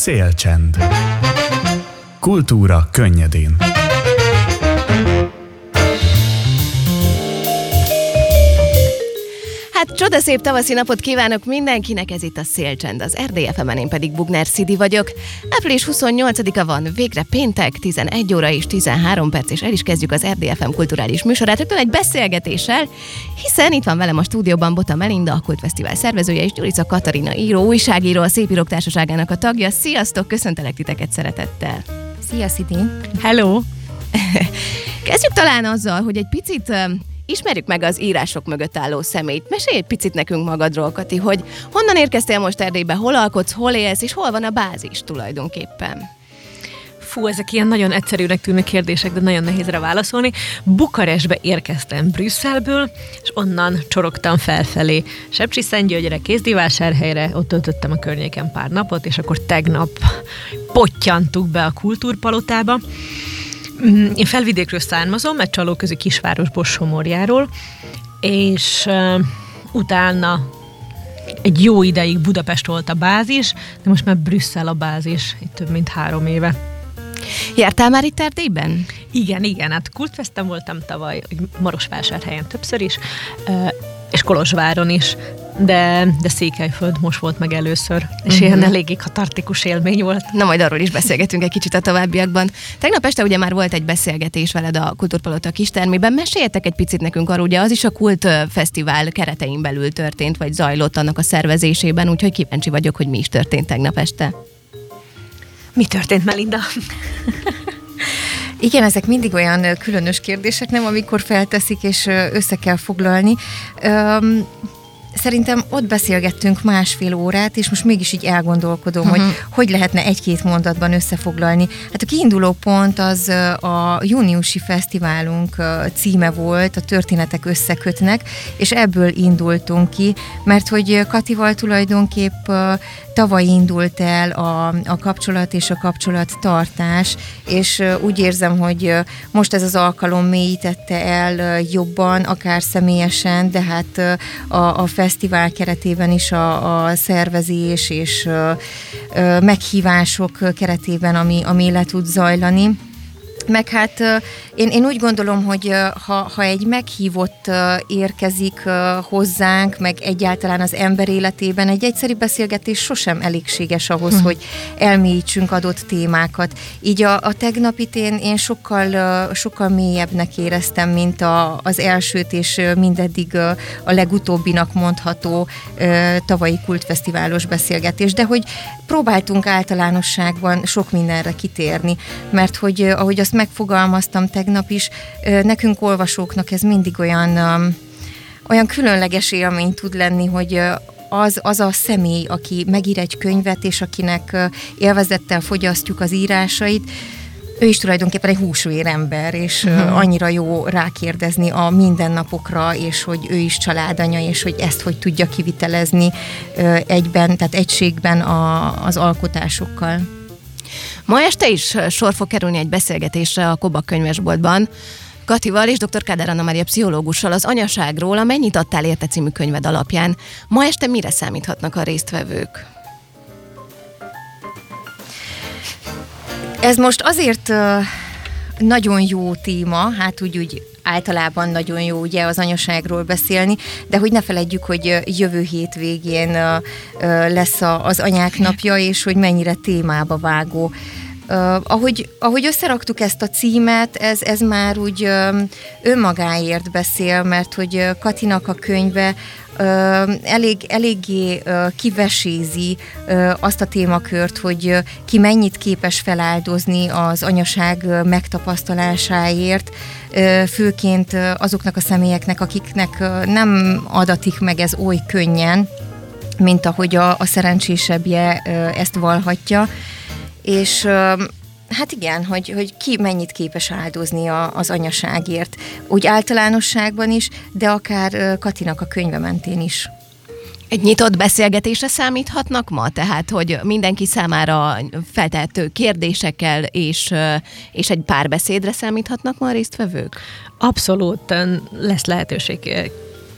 Szélcsend. Kultúra könnyedén. Hát csodaszép tavaszi napot kívánok mindenkinek, ez itt a Szélcsend, az RDFM-en, én pedig Bugner Szidi vagyok. Április 28-a van, végre péntek, 11 óra és 13 perc, és el is kezdjük az RDFM kulturális műsorát, rögtön egy beszélgetéssel, hiszen itt van velem a stúdióban Bota Melinda, a Kultfesztivál szervezője, és Gyurica Katarina író, újságíró, a Szépírók Társaságának a tagja. Sziasztok, köszöntelek titeket szeretettel! Szia, Szidi! Hello! Kezdjük talán azzal, hogy egy picit ismerjük meg az írások mögött álló személyt. Mesélj egy picit nekünk magadról, Kati, hogy honnan érkeztél most Erdélybe, hol alkotsz, hol élsz, és hol van a bázis tulajdonképpen? Fú, ezek ilyen nagyon egyszerűnek tűnő kérdések, de nagyon nehéz rá válaszolni. Bukarestbe érkeztem Brüsszelből, és onnan csorogtam felfelé Sepsiszentgyörgyre, Kézdivásárhelyre, ott töltöttem a környéken pár napot, és akkor tegnap pottyantuk be a Kultúrpalotába. Én Felvidékről származom, egy csalóközi kisvárosból, Somorjáról, és utána egy jó ideig Budapest volt a bázis, de most már Brüsszel a bázis, itt több mint 3 éve. Jártál már itt Erdélyben? Igen, hát Kultfeszten voltam tavaly, Marosvásárhelyen többször is, és Kolozsváron is, de Székelyföld most volt meg először, és ilyen eléggé katartikus élmény volt. Na, majd arról is beszélgetünk egy kicsit a továbbiakban. Tegnap este ugye már volt egy beszélgetés veled a Kultúrpalota kistermében. Meséljetek egy picit nekünk arról, ugye az is a Kultfesztivál keretein belül történt, vagy zajlott annak a szervezésében, úgyhogy kíváncsi vagyok, hogy mi is történt tegnap este. Mi történt, Melinda? Igen, ezek mindig olyan különös kérdések, nem, amikor felteszik és össze kell foglalni. Szerintem ott beszélgettünk 1,5 órát, és most mégis így elgondolkodom, hogy lehetne 1-2 mondatban összefoglalni. Hát a kiinduló pont az a júniusi fesztiválunk címe volt, a történetek összekötnek, és ebből indultunk ki, mert hogy Katival tulajdonképp tavaly indult el a kapcsolat és a kapcsolattartás, és úgy érzem, hogy most ez az alkalom mélyítette el jobban, akár személyesen, de hát a fesztivál keretében is a szervezés és meghívások keretében, ami le tud zajlani. Meg hát én úgy gondolom, hogy ha egy meghívott érkezik hozzánk, meg egyáltalán az ember életében, egy egyszerű beszélgetés sosem elégséges ahhoz, hogy elmélyítsünk adott témákat. Így a tegnapit én sokkal mélyebbnek éreztem, mint az elsőt, és mindeddig a legutóbbinak mondható tavalyi kultfesztiválos beszélgetés. De hogy próbáltunk általánosságban sok mindenre kitérni, mert hogy ahogy azt megfogalmaztam tegnap is, nekünk olvasóknak ez mindig olyan különleges élmény tud lenni, hogy az a személy, aki megír egy könyvet, és akinek élvezettel fogyasztjuk az írásait, ő is tulajdonképpen egy húsvér ember, és annyira jó rákérdezni a mindennapokra, és hogy ő is családanya, és hogy ezt hogy tudja kivitelezni egyben, tehát egységben az alkotásokkal. Ma este is sor fog kerülni egy beszélgetésre a Kobak könyvesboltban Katival és dr. Kádár Anna Mária pszichológussal az anyaságról, a Mennyit adtál érte című könyved alapján. Ma este mire számíthatnak a résztvevők? Ez most azért nagyon jó téma, hát úgy általában nagyon jó ugye az anyaságról beszélni, de hogy ne feledjük, hogy jövő hétvégén lesz az anyák napja, és hogy mennyire témába vágó. Ahogy összeraktuk ezt a címet, ez már úgy önmagáért beszél, mert hogy Katinak a könyve eléggé kivesézi azt a témakört, hogy ki mennyit képes feláldozni az anyaság megtapasztalásáért, főként azoknak a személyeknek, akiknek nem adatik meg ez oly könnyen, mint ahogy a szerencsésebbje ezt vallhatja. És hát igen, hogy ki mennyit képes áldozni az anyaságért, úgy általánosságban is, de akár Katinak a könyve mentén is. Egy nyitott beszélgetésre számíthatnak ma? Tehát, hogy mindenki számára feltehető kérdésekkel és egy párbeszédre számíthatnak ma a résztvevők? Abszolút lesz lehetőség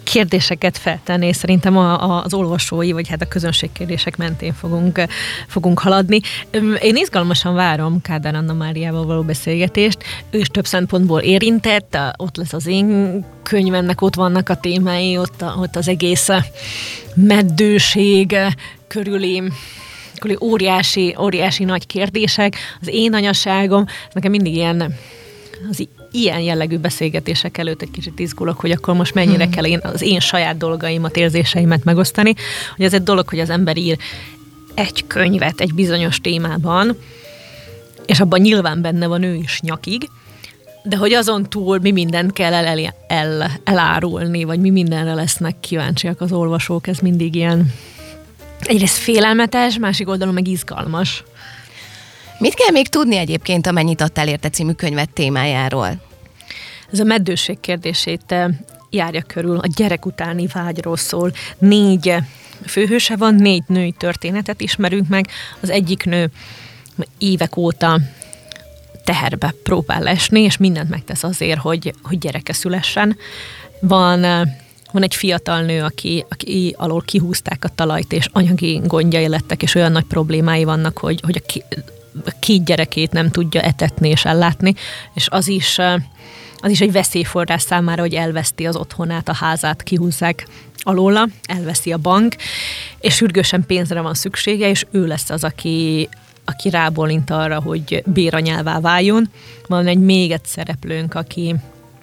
kérdéseket feltenni, és szerintem az olvasói, vagy hát a közönségkérdések mentén fogunk haladni. Én izgalmasan várom Kádár Anna Máriával való beszélgetést. Ő is több szempontból érintett, ott lesz az én könyvemnek, ott vannak a témái, ott az egész meddőség körüli óriási nagy kérdések, az én anyaságom, nekem mindig ilyen jellegű beszélgetések előtt egy kicsit izgulok, hogy akkor most mennyire kell az én saját dolgaimat, érzéseimet megosztani. Hogy ez egy dolog, hogy az ember ír egy könyvet egy bizonyos témában, és abban nyilván benne van ő is nyakig, de hogy azon túl mi mindent kell elárulni, vagy mi mindenre lesznek kíváncsiak az olvasók, ez mindig ilyen egyrészt félelmetes, másik oldalon meg izgalmas. Mit kell még tudni egyébként a Mennyit adtál érte című könyvet témájáról? Ez a meddőség kérdését járja körül, a gyerek utáni vágyról szól. 4 főhőse van, 4 női történetet ismerünk meg. Az egyik nő évek óta teherbe próbál esni, és mindent megtesz azért, hogy gyereke szülessen. Van egy fiatal nő, aki alól kihúzták a talajt, és anyagi gondjai lettek, és olyan nagy problémái vannak, hogy a 2 gyerekét nem tudja etetni és ellátni, és az is egy veszélyforrás számára, hogy elveszti az otthonát, a házát, kihúzzák alóla, elveszi a bank, és sürgősen pénzre van szüksége, és ő lesz az, aki rábólint arra, hogy béranyává váljon. Van még egy szereplőnk, aki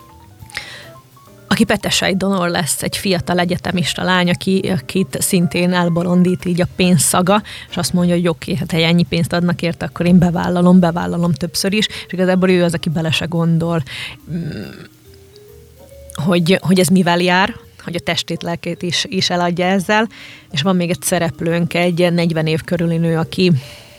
petesei donor lesz, egy fiatal egyetemista lány, akit szintén elbolondít így a pénz szaga, és azt mondja, hogy oké, hát ha ennyi pénzt adnak érte, akkor én bevállalom többször is, és igazából ő az, aki bele se gondol, hogy ez mivel jár, hogy a testét, lelkét is eladja ezzel, és van még egy szereplőnk, egy 40 év körüli nő, aki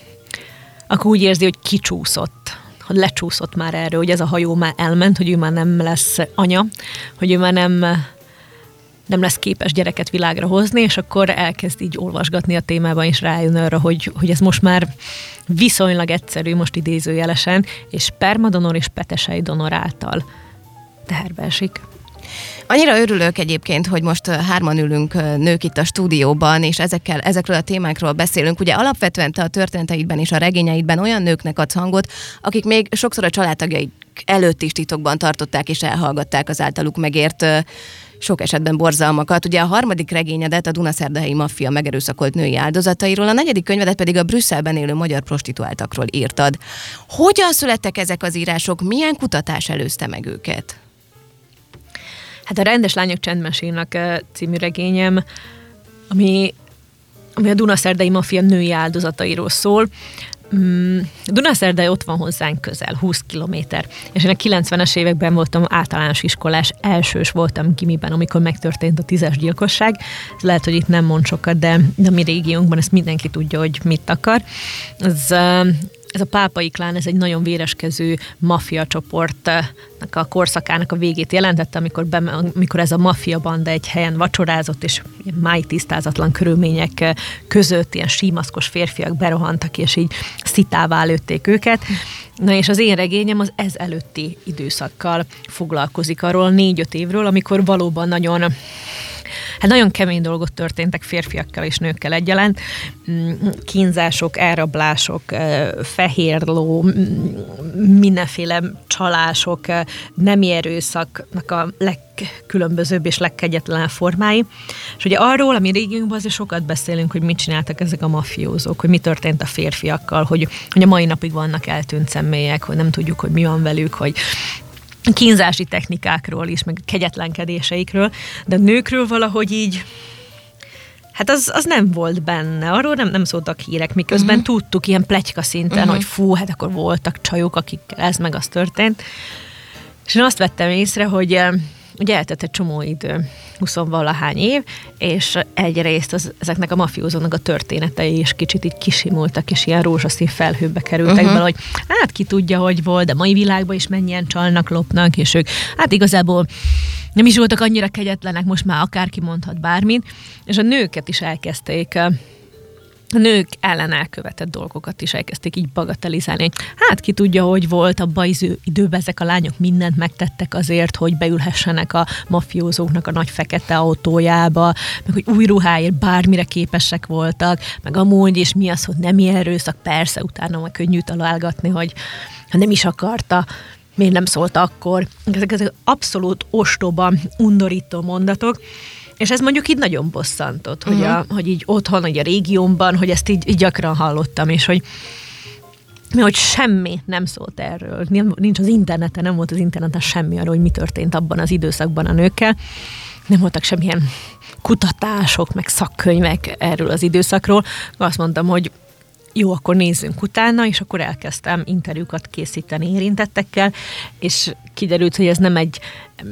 úgy érzi, hogy kicsúszott, hogy lecsúszott már erről, hogy ez a hajó már elment, hogy ő már nem lesz anya, hogy ő már nem lesz képes gyereket világra hozni, és akkor elkezd így olvasgatni a témában, és rájön arra, hogy ez most már viszonylag egyszerű, most idézőjelesen, és spermadonor és petesei donor által teherbe esik. Annyira örülök egyébként, hogy most 3 ülünk nők itt a stúdióban, és ezekről a témákról beszélünk. Ugye alapvetően te a történeteidben és a regényeidben olyan nőknek adsz hangot, akik még sokszor a családtagjaik előtt is titokban tartották és elhallgatták az általuk megért sok esetben borzalmakat. Ugye a 3. regényedet a dunaszerdahelyi maffia megerőszakolt női áldozatairól, a 4. könyvedet pedig a Brüsszelben élő magyar prostituáltakról írtad. Hogyan születtek ezek az írások? Milyen kutatás előzte meg őket? Hát a Rendes lányok csendmesélnek című regényem, ami a dunaszerdai maffia női áldozatairól szól. Dunaszerdai ott van hozzánk közel, 20 kilométer. És én a 90-es években voltam általános iskolás, elsős voltam gimiben, amikor megtörtént a 10-es gyilkosság. Ez lehet, hogy itt nem mond sokat, de a mi régiónkban ezt mindenki tudja, hogy mit akar. Ez a pápai klán, ez egy nagyon véreskező maffia csoportnak a korszakának a végét jelentette, amikor ez a maffia banda egy helyen vacsorázott, és máig tisztázatlan körülmények között ilyen símaszkos férfiak berohantak, és így szitává lőtték őket. Na és az én regényem az ez előtti időszakkal foglalkozik, arról 4-5 évről, amikor valóban nagyon kemény dolgok történtek férfiakkal és nőkkel egyaránt. Kínzások, elrablások, fehérló, mindenféle csalások, nemi erőszaknak a legkülönbözőbb és legkegyetlenebb formái. És ugye arról, ami régiónkban azért sokat beszélünk, hogy mit csináltak ezek a maffiózók, hogy mi történt a férfiakkal, hogy a mai napig vannak eltűnt személyek, hogy nem tudjuk, hogy mi van velük, hogy kínzási technikákról is, meg kegyetlenkedéseikről, de nőkről valahogy így, hát az nem volt benne, arról nem szóltak hírek, miközben tudtuk ilyen pletyka szinten, hogy fú, hát akkor voltak csajok, akikkel ez meg az történt. És én azt vettem észre, hogy ugye eltett egy csomó idő, 20-valahány év, és egyrészt ezeknek a mafiózónak a történetei is kicsit így kisimultak, és ilyen rózsaszín felhőbe kerültek bele, hogy hát ki tudja, hogy volt, de mai világban is mennyien csalnak, lopnak, és ők hát igazából nem is voltak annyira kegyetlenek, most már akárki mondhat bármit, és a nőket is elkezdték a nők ellen elkövetett dolgokat is elkezdték így bagatelizálni. Hát ki tudja, hogy volt abban az időben ezek a lányok mindent megtettek azért, hogy beülhessenek a mafiózóknak a nagy fekete autójába, meg hogy új ruháért bármire képesek voltak, meg amúgy is mi az, hogy nem ilyen erőszak, persze utána meg könnyű találgatni, hogy ha nem is akarta, miért nem szólt akkor. Ezek abszolút ostoba, undorító mondatok, és ez mondjuk így nagyon bosszantott, hogy így otthon, hogy a régiómban, hogy ezt így gyakran hallottam, és hogy semmi nem szólt erről. Nincs az interneten, nem volt az interneten semmi arról, hogy mi történt abban az időszakban a nőkkel. Nem voltak semmilyen kutatások, meg szakkönyvek erről az időszakról. Azt mondtam, hogy jó, akkor nézzünk utána, és akkor elkezdtem interjúkat készíteni érintettekkel, és kiderült, hogy ez nem egy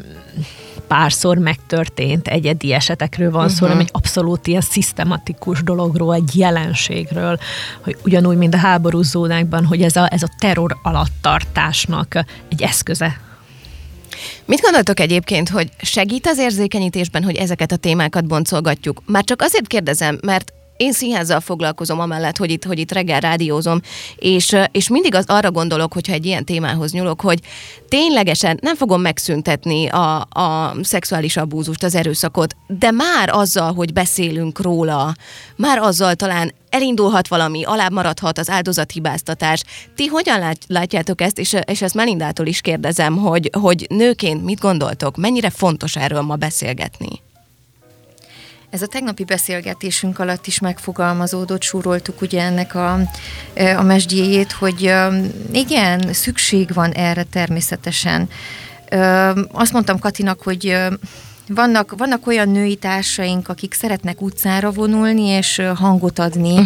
párszor megtörtént egyedi esetekről van szó, hanem egy abszolút ilyen szisztematikus dologról, egy jelenségről, hogy ugyanúgy, mint a háborús zónákban, hogy ez a terror alatt tartásnak egy eszköze. Mit gondoltok egyébként, hogy segít az érzékenyítésben, hogy ezeket a témákat boncolgatjuk? Már csak azért kérdezem, mert én színházzal foglalkozom amellett, hogy itt reggel rádiózom, és mindig arra gondolok, hogyha egy ilyen témához nyúlok, hogy ténylegesen nem fogom megszüntetni a szexuális abúzust, az erőszakot, de már azzal, hogy beszélünk róla, már azzal talán elindulhat valami, alább maradhat az áldozathibáztatás. Ti hogyan látjátok ezt, és ezt Melindától is kérdezem, hogy nőként mit gondoltok, mennyire fontos erről ma beszélgetni? Ez a tegnapi beszélgetésünk alatt is megfogalmazódott, súroltuk ugye ennek a mesdjéjét, hogy igen, szükség van erre természetesen. Azt mondtam Katinak, hogy vannak olyan női társaink, akik szeretnek utcára vonulni és hangot adni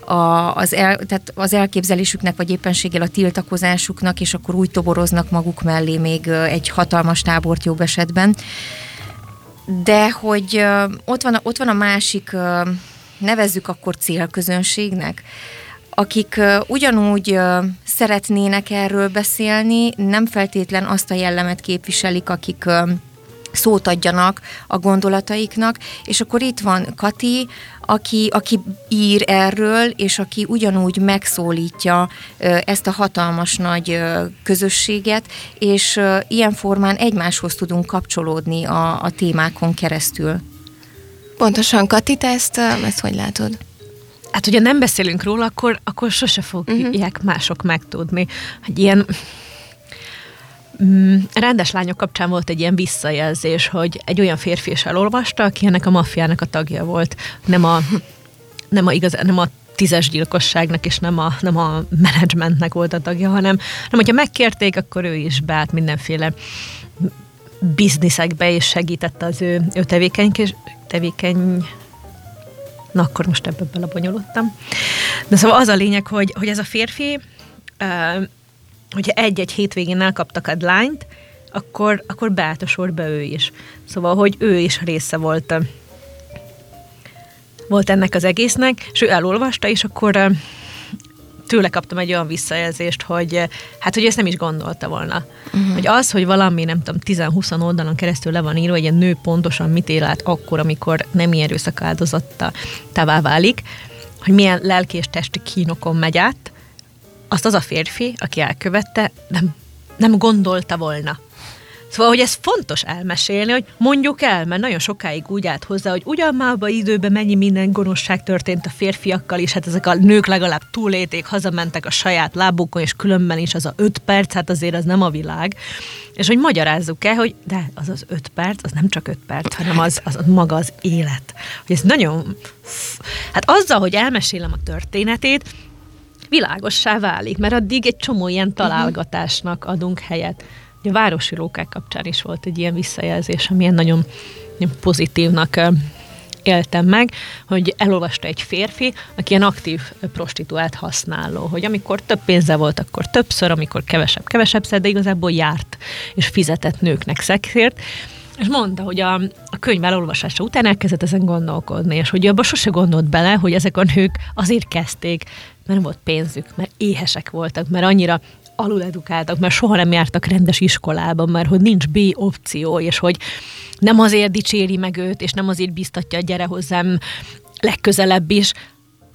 tehát az elképzelésüknek, vagy éppenséggel a tiltakozásuknak, és akkor úgy toboroznak maguk mellé még egy hatalmas tábort jobb esetben. De hogy ott van a másik, nevezzük akkor célközönségnek, akik ugyanúgy szeretnének erről beszélni, nem feltétlen azt a jellemet képviselik, akik szót adjanak a gondolataiknak, és akkor itt van Kati, aki ír erről, és aki ugyanúgy megszólítja ezt a hatalmas nagy közösséget, és ilyen formán egymáshoz tudunk kapcsolódni a témákon keresztül. Pontosan, Kati, te ezt hogy látod? Hát, hogyha nem beszélünk róla, akkor sose fogják mások megtudni, hogy ilyen rendes lányok kapcsán volt egy ilyen visszajelzés, hogy egy olyan férfi is elolvasta, aki ennek a maffiának a tagja volt. Nem a 10-es gyilkosságnak, és nem a menedzsmentnek volt a tagja, hanem hogyha megkérték, akkor ő is beállt mindenféle bizniszekbe, és segítette az ő Na, akkor most ebből belebonyolódtam. De szóval az a lényeg, hogy ez a férfi hogyha egy-egy hétvégén elkaptak egy lányt, akkor beállt a sorba ő is. Szóval, hogy ő is része volt ennek az egésznek, és ő elolvasta, és akkor tőle kaptam egy olyan visszajelzést, hogy ezt nem is gondolta volna. Hogy az, hogy valami, nem tudom, 10-20 oldalon keresztül le van írva, hogy egy nő pontosan mit él át akkor, amikor nemi erőszak áldozattává válik, hogy milyen lelki és testi kínokon megy át, azt az a férfi, aki elkövette, nem gondolta volna. Szóval, hogy ez fontos elmesélni, hogy mondjuk el, mert nagyon sokáig úgy állt hozzá, hogy ugyan már abban időben mennyi minden gonoszság történt a férfiakkal is, hát ezek a nők legalább túlélték, hazamentek a saját lábukon, és különben is az a 5 perc, hát azért az nem a világ. És hogy magyarázzuk el, hogy de az 5 perc, az nem csak 5 perc, hanem az maga az élet. Hogy ez nagyon... Hát azzal, hogy elmesélem a történetét, világossá válik, mert addig egy csomó ilyen találgatásnak adunk helyet. A városi rókák kapcsán is volt egy ilyen visszajelzés, amilyen nagyon pozitívnak éltem meg, hogy elolvasta egy férfi, aki ilyen aktív prostituált használó, hogy amikor több pénze volt, akkor többször, amikor kevesebbszer, de igazából járt és fizetett nőknek szexért, és mondta, hogy a könyv elolvasása után elkezdett ezen gondolkodni, és hogy abban sose gondolt bele, hogy ezek a nők azért kezdték, mert nem volt pénzük, mert éhesek voltak, mert annyira aluledukáltak, mert soha nem jártak rendes iskolában, mert hogy nincs B opció, és hogy nem azért dicséri meg őt, és nem azért biztatja, gyere hozzám legközelebb is,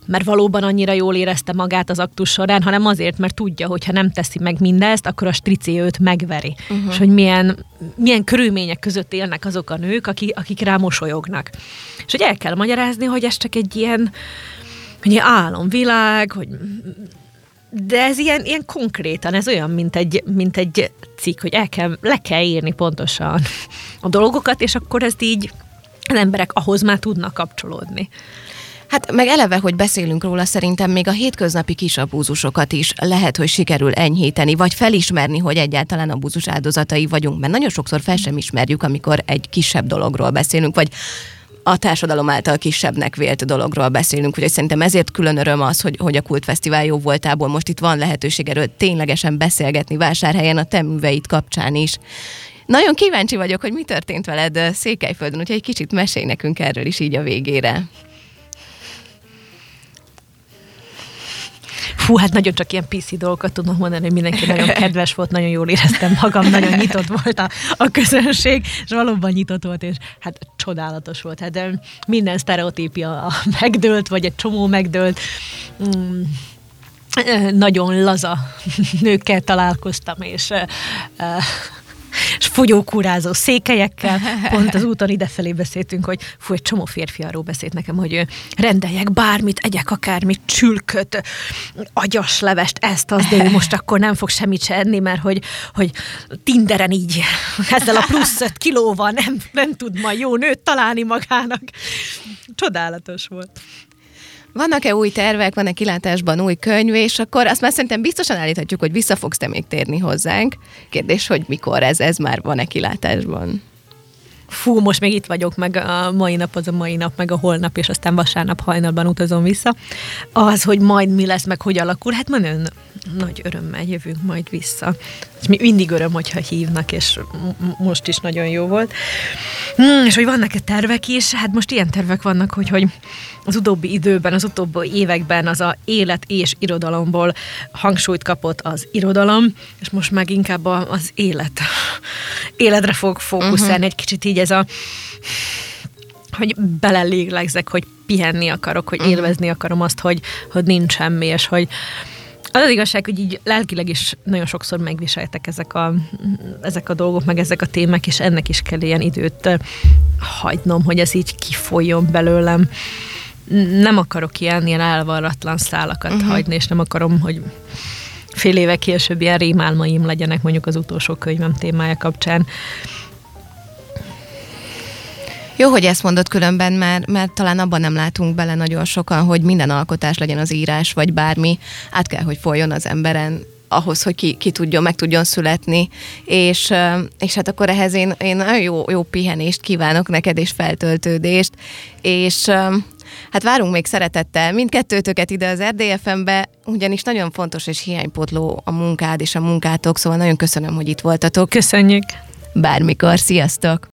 mert valóban annyira jól érezte magát az aktus során, hanem azért, mert tudja, hogy ha nem teszi meg mindezt, akkor a stricé őt megveri. És hogy milyen körülmények között élnek azok a nők, akik rá mosolyognak. És hogy el kell magyarázni, hogy ez csak egy ilyen álomvilág, hogy de ez ilyen konkrétan, ez olyan, mint egy cikk, hogy le kell írni pontosan a dolgokat, és akkor ezt így az emberek ahhoz már tudnak kapcsolódni. Hát meg eleve, hogy beszélünk róla, szerintem még a hétköznapi kis abúzusokat is lehet, hogy sikerül enyhíteni, vagy felismerni, hogy egyáltalán abúzus áldozatai vagyunk, mert nagyon sokszor fel sem ismerjük, amikor egy kisebb dologról beszélünk, vagy a társadalom által kisebbnek vélt dologról beszélünk, úgyhogy szerintem ezért külön öröm az, hogy a Kultfesztivál jó voltából most itt van lehetőség erről ténylegesen beszélgetni Vásárhelyen a te műveid kapcsán is. Nagyon kíváncsi vagyok, hogy mi történt veled Székelyföldön, úgyhogy egy kicsit mesélj nekünk erről is így a végére. Fú, hát nagyon csak ilyen PC dolgokat tudnak mondani, hogy mindenki nagyon kedves volt, nagyon jól éreztem magam, nagyon nyitott volt a közönség, és valóban nyitott volt, és hát csodálatos volt. Hát minden sztereotípia megdőlt, vagy egy csomó megdőlt. Nagyon laza nőkkel találkoztam, és fogyókúrázó székelyekkel. Pont az úton idefelé beszéltünk, hogy egy csomó férfi arról beszélt nekem, hogy rendeljek bármit, egyek akármit, csülköt, agyaslevest, ezt, azt, de ő most akkor nem fog semmit se enni, mert hogy Tinderen így ezzel a plusz 5 kilóval nem tud majd jó nőt találni magának. Csodálatos volt. Vannak-e új tervek, van-e kilátásban új könyv, és akkor azt már szerintem biztosan állíthatjuk, hogy vissza fogsz te még térni hozzánk. Kérdés, hogy mikor ez már van-e kilátásban? Fú, most még itt vagyok, meg a mai nap az a mai nap, meg a holnap, és aztán vasárnap hajnalban utazom vissza. Az, hogy majd mi lesz, meg hogy alakul, hát nagyon nagy örömmel jövünk majd vissza. És mindig öröm, hogyha hívnak, és most is nagyon jó volt. És hogy vannak-e tervek is? Hát most ilyen tervek vannak, hogy az utóbbi időben, az utóbbi években az a élet és irodalomból hangsúlyt kapott az irodalom, és most meg inkább az életre fog fókuszálni. Egy kicsit így ez hogy belelélegzek, hogy pihenni akarok, hogy élvezni akarom azt, hogy nincs semmi, és hogy az igazság, hogy így lelkileg is nagyon sokszor megviseltek ezek a dolgok, meg ezek a témák, és ennek is kell ilyen időt hagynom, hogy ez így kifolyjon belőlem. Nem akarok ilyen elvarratlan szálakat hagyni, és nem akarom, hogy fél éve később ilyen rémálmaim legyenek mondjuk az utolsó könyvem témája kapcsán. Jó, hogy ezt mondod különben, mert talán abban nem látunk bele nagyon sokan, hogy minden alkotás, legyen az írás, vagy bármi, át kell, hogy folyjon az emberen ahhoz, hogy ki tudjon, meg tudjon születni, és hát akkor ehhez én nagyon jó pihenést kívánok neked, és feltöltődést, és hát várunk még szeretettel mindkettőtöket ide az RDFM-be, ugyanis nagyon fontos és hiánypótló a munkád és a munkátok, szóval nagyon köszönöm, hogy itt voltatok. Köszönjük! Bármikor, sziasztok!